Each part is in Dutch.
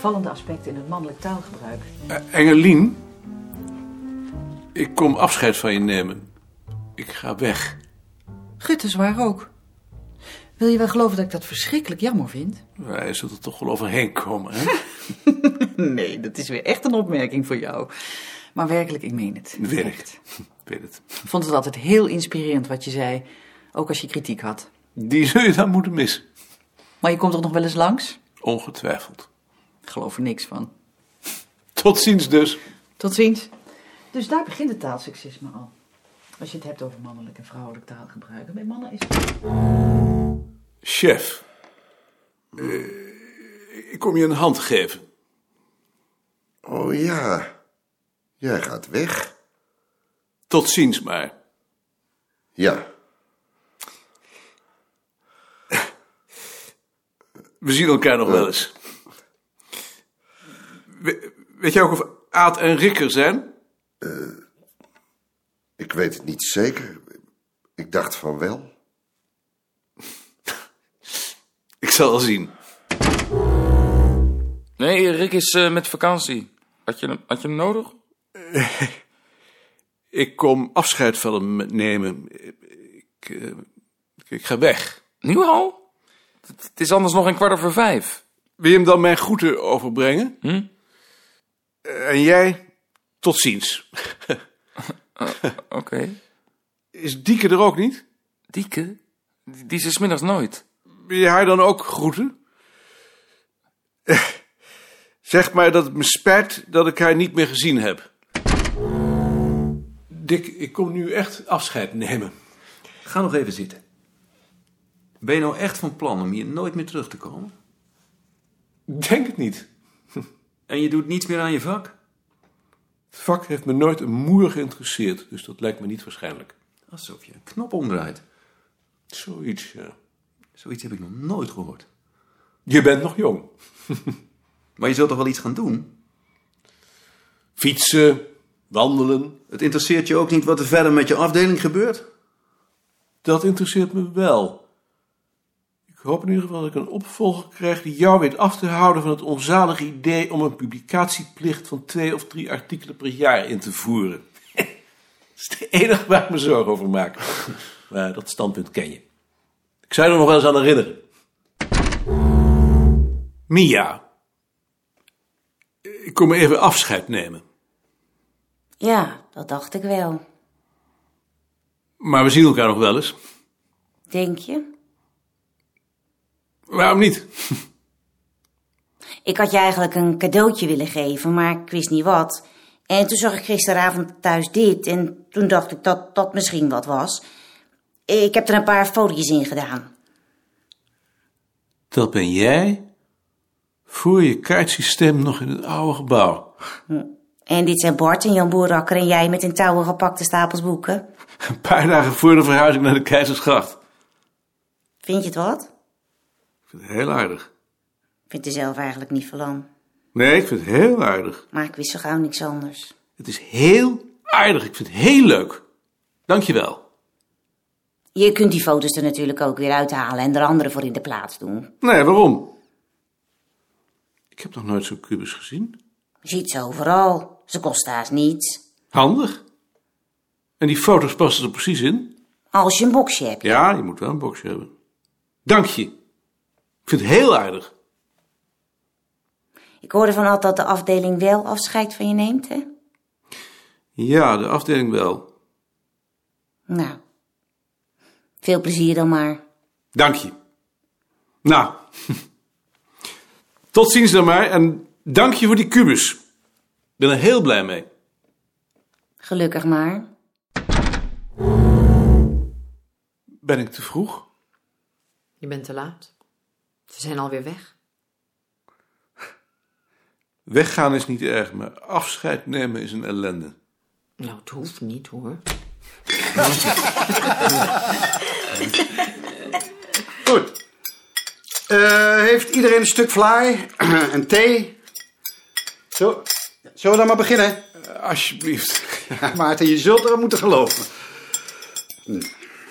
opvallende aspecten in het mannelijk taalgebruik. Engelien, ik kom afscheid van je nemen. Ik ga weg. Gut, dat is waar ook. Wil je wel geloven dat ik dat verschrikkelijk jammer vind? Wij zullen er toch wel overheen komen, hè? Nee, dat is weer echt een opmerking voor jou. Maar werkelijk, ik meen het. Weet Echt. ik. Weet het. Ik vond het altijd heel inspirerend wat je zei. Ook als je kritiek had. Die zul je dan moeten missen. Maar je komt toch nog wel eens langs? Ongetwijfeld. Ik geloof er niks van. Tot ziens dus. Tot ziens. Dus daar begint het taalseksisme al. Als je het hebt over mannelijk en vrouwelijk taalgebruik. Bij mannen is het... Chef. Ik kom je een hand geven. Oh ja, jij gaat weg. Tot ziens maar. Ja. We zien elkaar nog wel eens. Weet jij ook of Aad en Rick er zijn? Ik weet het niet zeker. Ik dacht van wel. Ik zal wel zien. Nee, Rick is met vakantie. Had je hem nodig? Ik kom afscheid van hem nemen. Ik ga weg. Nu al? Het is anders nog 5:15. Wil je hem dan mijn groeten overbrengen? En jij, tot ziens. Oké. Is Dieke er ook niet? Dieke? Die is er 's middags nooit. Wil je haar dan ook groeten? Zeg maar dat het me spijt dat ik haar niet meer gezien heb. Dick, ik kom nu echt afscheid nemen. Ga nog even zitten. Ben je nou echt van plan om hier nooit meer terug te komen? Denk het niet. En je doet niets meer aan je vak? Het vak heeft me nooit een moer geïnteresseerd, dus dat lijkt me niet waarschijnlijk. Alsof je een knop omdraait. Zoiets, ja. Zoiets heb ik nog nooit gehoord. Je bent nog jong. Maar je zult toch wel iets gaan doen? Fietsen, wandelen. Het interesseert je ook niet wat er verder met je afdeling gebeurt? Dat interesseert me wel. Ik hoop in ieder geval dat ik een opvolger krijg die jou weet af te houden van het onzalige idee om een publicatieplicht van 2 of 3 artikelen per jaar in te voeren. Dat is het enige waar ik me zorgen over maak. Maar dat standpunt ken je. Ik zou je er nog wel eens aan herinneren. Mia. Ik kom even afscheid nemen. Ja, dat dacht ik wel. Maar we zien elkaar nog wel eens. Denk je? Waarom niet? Ik had je eigenlijk een cadeautje willen geven, maar ik wist niet wat. En toen zag ik gisteravond thuis dit en toen dacht ik dat dat misschien wat was. Ik heb er een paar foto's in gedaan. Dat ben jij? Voor je kaartsysteem nog in het oude gebouw. En dit zijn Bart en Jan Boerakker en jij met in touwen gepakte stapels boeken. Een paar dagen voor de verhuizing naar de Keizersgracht. Vind je het wat? Ik vind het heel aardig. Ik vind er zelf eigenlijk niet van. Nee, ik vind het heel aardig. Maar ik wist zo gauw niks anders. Het is heel aardig. Ik vind het heel leuk. Dank je wel. Je kunt die foto's er natuurlijk ook weer uithalen en er andere voor in de plaats doen. Nee, waarom? Ik heb nog nooit zo'n kubus gezien. Je ziet ze overal. Ze kosten haast niets. Handig. En die foto's passen er precies in? Als je een boxje hebt. Ja, je moet wel een boxje hebben. Dank je. Ik vind het heel aardig. Ik hoorde van Ad dat de afdeling wel afscheid van je neemt, hè? Ja, de afdeling wel. Nou, veel plezier dan maar. Dank je. Nou, tot ziens dan maar en dank je voor die kubus. Ik ben er heel blij mee. Gelukkig maar. Ben ik te vroeg? Je bent te laat. Ze zijn alweer weg. Weggaan is niet erg, maar afscheid nemen is een ellende. Nou, het hoeft niet, hoor. Goed. Heeft iedereen een stuk vlaai? En thee? Zullen we dan maar beginnen? Alsjeblieft. Maarten, je zult er moeten geloven.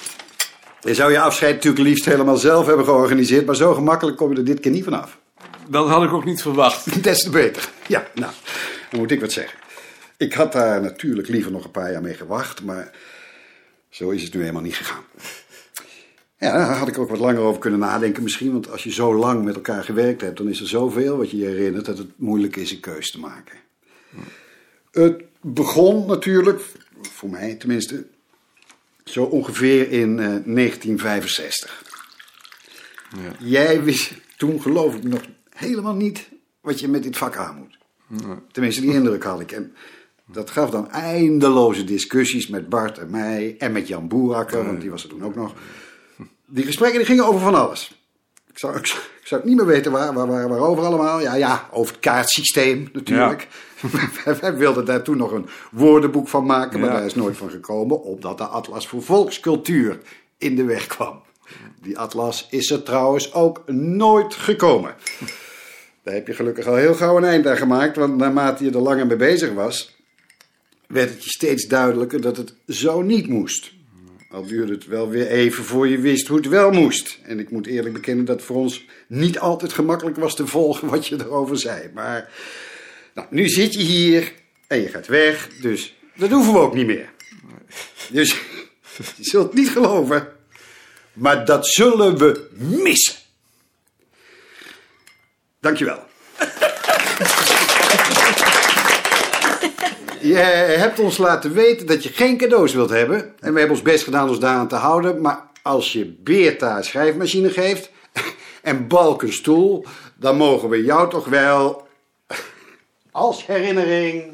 Je zou je afscheid natuurlijk liefst helemaal zelf hebben georganiseerd, maar zo gemakkelijk kom je er dit keer niet vanaf. Dat had ik ook niet verwacht. Des te beter. Ja, nou, dan moet ik wat zeggen. Ik had daar natuurlijk liever nog een paar jaar mee gewacht, maar zo is het nu helemaal niet gegaan. Ja, daar had ik ook wat langer over kunnen nadenken misschien, want als je zo lang met elkaar gewerkt hebt, dan is er zoveel wat je je herinnert dat het moeilijk is een keus te maken. Het begon natuurlijk, voor mij tenminste, zo ongeveer in 1965. Ja. Jij wist toen, geloof ik, nog helemaal niet wat je met dit vak aan moet. Tenminste, die indruk had ik. En dat gaf dan eindeloze discussies met Bart en mij en met Jan Boerakker, want die was er toen ook nog. Die gesprekken die gingen over van alles. Ik zou het niet meer weten waarover allemaal. Ja, over het kaartsysteem natuurlijk. Ja. Wij wilden daar toen nog een woordenboek van maken, maar daar is nooit van gekomen, omdat de Atlas voor Volkscultuur in de weg kwam. Die atlas is er trouwens ook nooit gekomen. Daar heb je gelukkig al heel gauw een eind aan gemaakt, want naarmate je er langer mee bezig was, werd het je steeds duidelijker dat het zo niet moest. Al duurde het wel weer even voor je wist hoe het wel moest. En ik moet eerlijk bekennen dat het voor ons niet altijd gemakkelijk was te volgen wat je erover zei. Maar nou, nu zit je hier en je gaat weg, dus dat hoeven we ook niet meer. Dus je zult het niet geloven, maar dat zullen we missen. Dankjewel. Je hebt ons laten weten dat je geen cadeaus wilt hebben. En we hebben ons best gedaan ons daaraan te houden. Maar als je Beerta een schrijfmachine geeft en Balk een stoel, dan mogen we jou toch wel als herinnering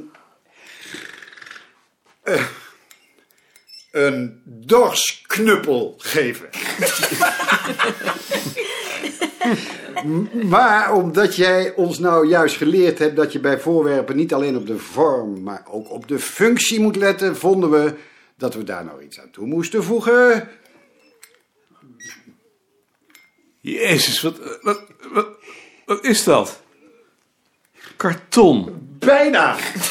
een dorsknuppel geven. Maar omdat jij ons nou juist geleerd hebt dat je bij voorwerpen niet alleen op de vorm, maar ook op de functie moet letten, vonden we dat we daar nou iets aan toe moesten voegen. Jezus, wat is dat? Karton. Bijna.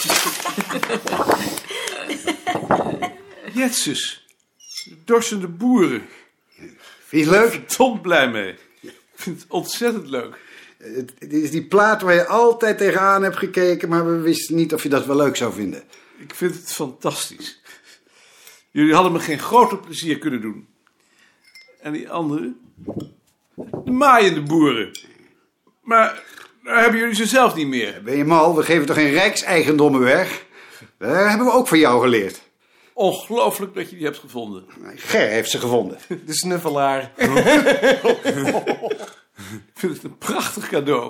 Jetsus. Dorsende boeren. Vind je het leuk? Verdomd blij mee. Ik vind het ontzettend leuk. Het is die plaat waar je altijd tegenaan hebt gekeken, maar we wisten niet of je dat wel leuk zou vinden. Ik vind het fantastisch. Jullie hadden me geen groter plezier kunnen doen. En die andere? De maaiende boeren. Maar daar hebben jullie ze zelf niet meer. Ben je mal? We geven toch geen rijkseigendommen weg? Dat hebben we ook van jou geleerd. Ongelooflijk dat je die hebt gevonden. Ger heeft ze gevonden. De snuffelaar. Ik vind het een prachtig cadeau.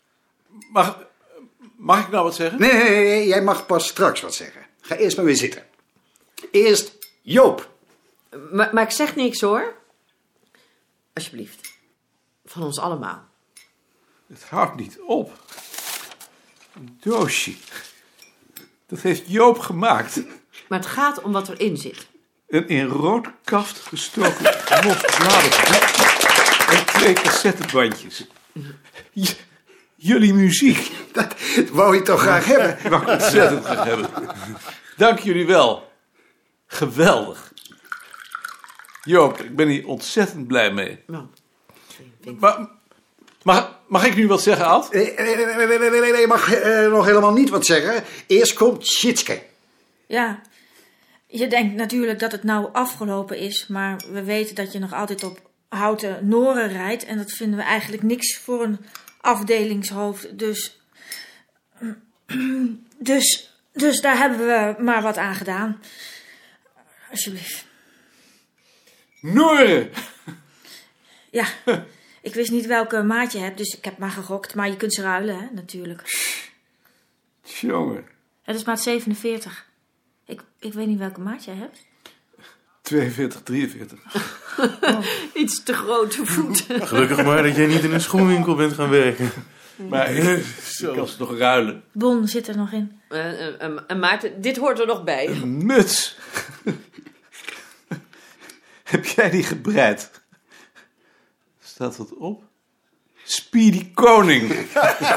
Mag ik nou wat zeggen? Nee, jij mag pas straks wat zeggen. Ga eerst maar weer zitten. Eerst Joop. Maar ik zeg niks hoor. Alsjeblieft. Van ons allemaal. Het houdt niet op. Een doosje. Dat heeft Joop gemaakt. Maar het gaat om wat erin zit. Een in rood kaft gestoken losbladig boek en 2 cassettebandjes. Jullie muziek. Dat wou je toch graag hebben? Dat wou ik ontzettend graag hebben. Dank jullie wel. Geweldig. Joop, ik ben hier ontzettend blij mee. Nou, Mag ik nu wat zeggen, Ad? Nee, je mag nog helemaal niet wat zeggen. Eerst komt Sjitske. Ja, je denkt natuurlijk dat het nou afgelopen is, maar we weten dat je nog altijd op houten noren rijdt en dat vinden we eigenlijk niks voor een afdelingshoofd. Dus daar hebben we maar wat aan gedaan. Alsjeblieft. Noren! Ja, ik wist niet welke maat je hebt, dus ik heb maar gegokt. Maar je kunt ze ruilen, hè, natuurlijk. Jongen. Het is maat 47. Ik weet niet welke maat jij hebt. 42, 43. iets te grote voeten. Gelukkig maar dat jij niet in een schoenwinkel bent gaan werken. Maar ik kan ze nog ruilen. Bon zit er nog in. En Maarten, dit hoort er nog bij. Een muts. Heb jij die gebreid? Staat wat op? Speedy Koning.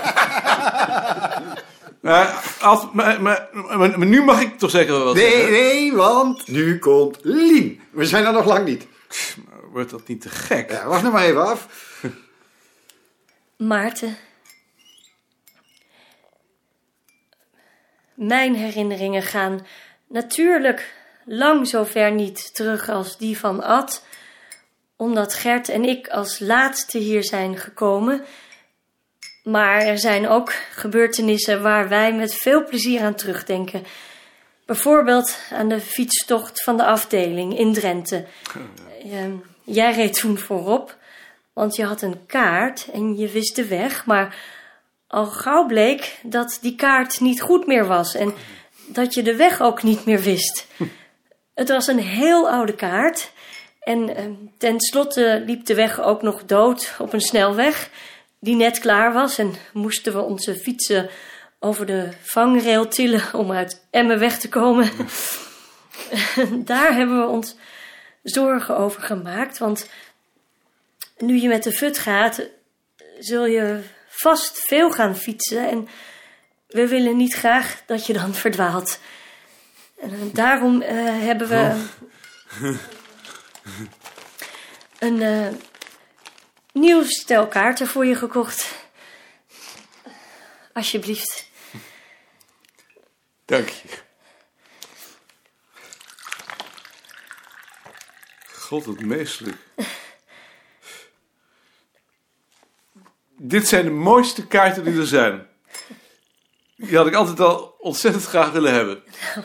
Maar nu mag ik toch zeker wel wat zeggen? Nee, want nu komt Lien. We zijn er nog lang niet. Wordt dat niet te gek? Ja, wacht nog maar even af. Maarten, Mijn herinneringen gaan natuurlijk lang zo ver niet terug als die van Ad, omdat Gert en ik als laatste hier zijn gekomen. Maar er zijn ook gebeurtenissen waar wij met veel plezier aan terugdenken. Bijvoorbeeld aan de fietstocht van de afdeling in Drenthe. Jij reed toen voorop, want je had een kaart en je wist de weg. Maar al gauw bleek dat die kaart niet goed meer was en dat je de weg ook niet meer wist. Het was een heel oude kaart en tenslotte liep de weg ook nog dood op een snelweg die net klaar was en moesten we onze fietsen over de vangrail tillen om uit Emmen weg te komen. Daar hebben we ons zorgen over gemaakt, want nu je met de fut gaat, zul je vast veel gaan fietsen en we willen niet graag dat je dan verdwaalt. En daarom hebben we een nieuw stel kaarten voor je gekocht. Alsjeblieft. Dank je. God, wat meestelijk. Dit zijn de mooiste kaarten die er zijn. Die had ik altijd al ontzettend graag willen hebben.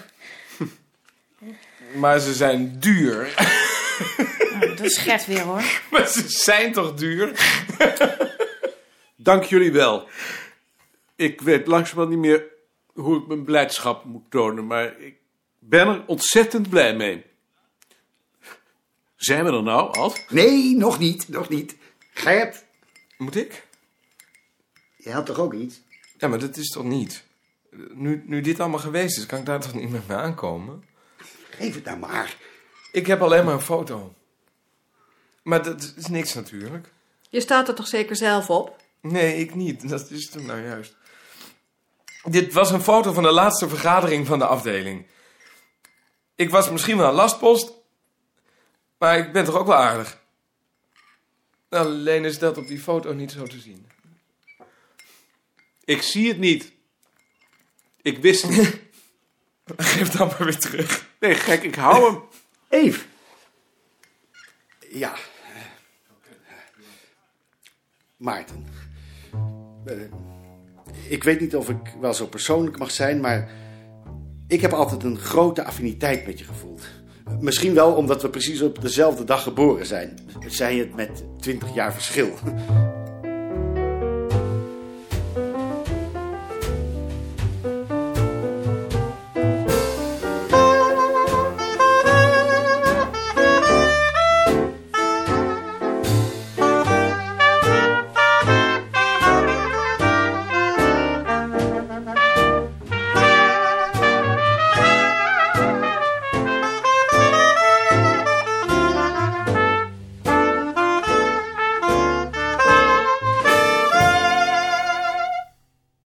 Maar ze zijn duur. Dat is Gert weer, hoor. Maar ze zijn toch duur? Dank jullie wel. Ik weet langzamerhand niet meer hoe ik mijn blijdschap moet tonen, maar ik ben er ontzettend blij mee. Zijn we er nou, Ad? Nee, nog niet. Gert, Moet ik? je had toch ook iets? Ja, maar dat is toch niet? Nu dit allemaal geweest is, kan ik daar toch niet met me aankomen? Geef het nou maar. Ik heb alleen maar een foto. Maar dat is niks natuurlijk. Je staat er toch zeker zelf op? Nee, ik niet. Dat is het nou juist. Dit was een foto van de laatste vergadering van de afdeling. Ik was misschien wel een lastpost, maar ik ben toch ook wel aardig. Alleen is dat op die foto niet zo te zien. Ik zie het niet. Ik wist het. Geef het dan maar weer terug. Nee, gek, ik hou hem. Eve. Ja. Maarten. Ik weet niet of ik wel zo persoonlijk mag zijn, maar ik heb altijd een grote affiniteit met je gevoeld. Misschien wel omdat we precies op dezelfde dag geboren zijn. Zij het met 20 jaar verschil.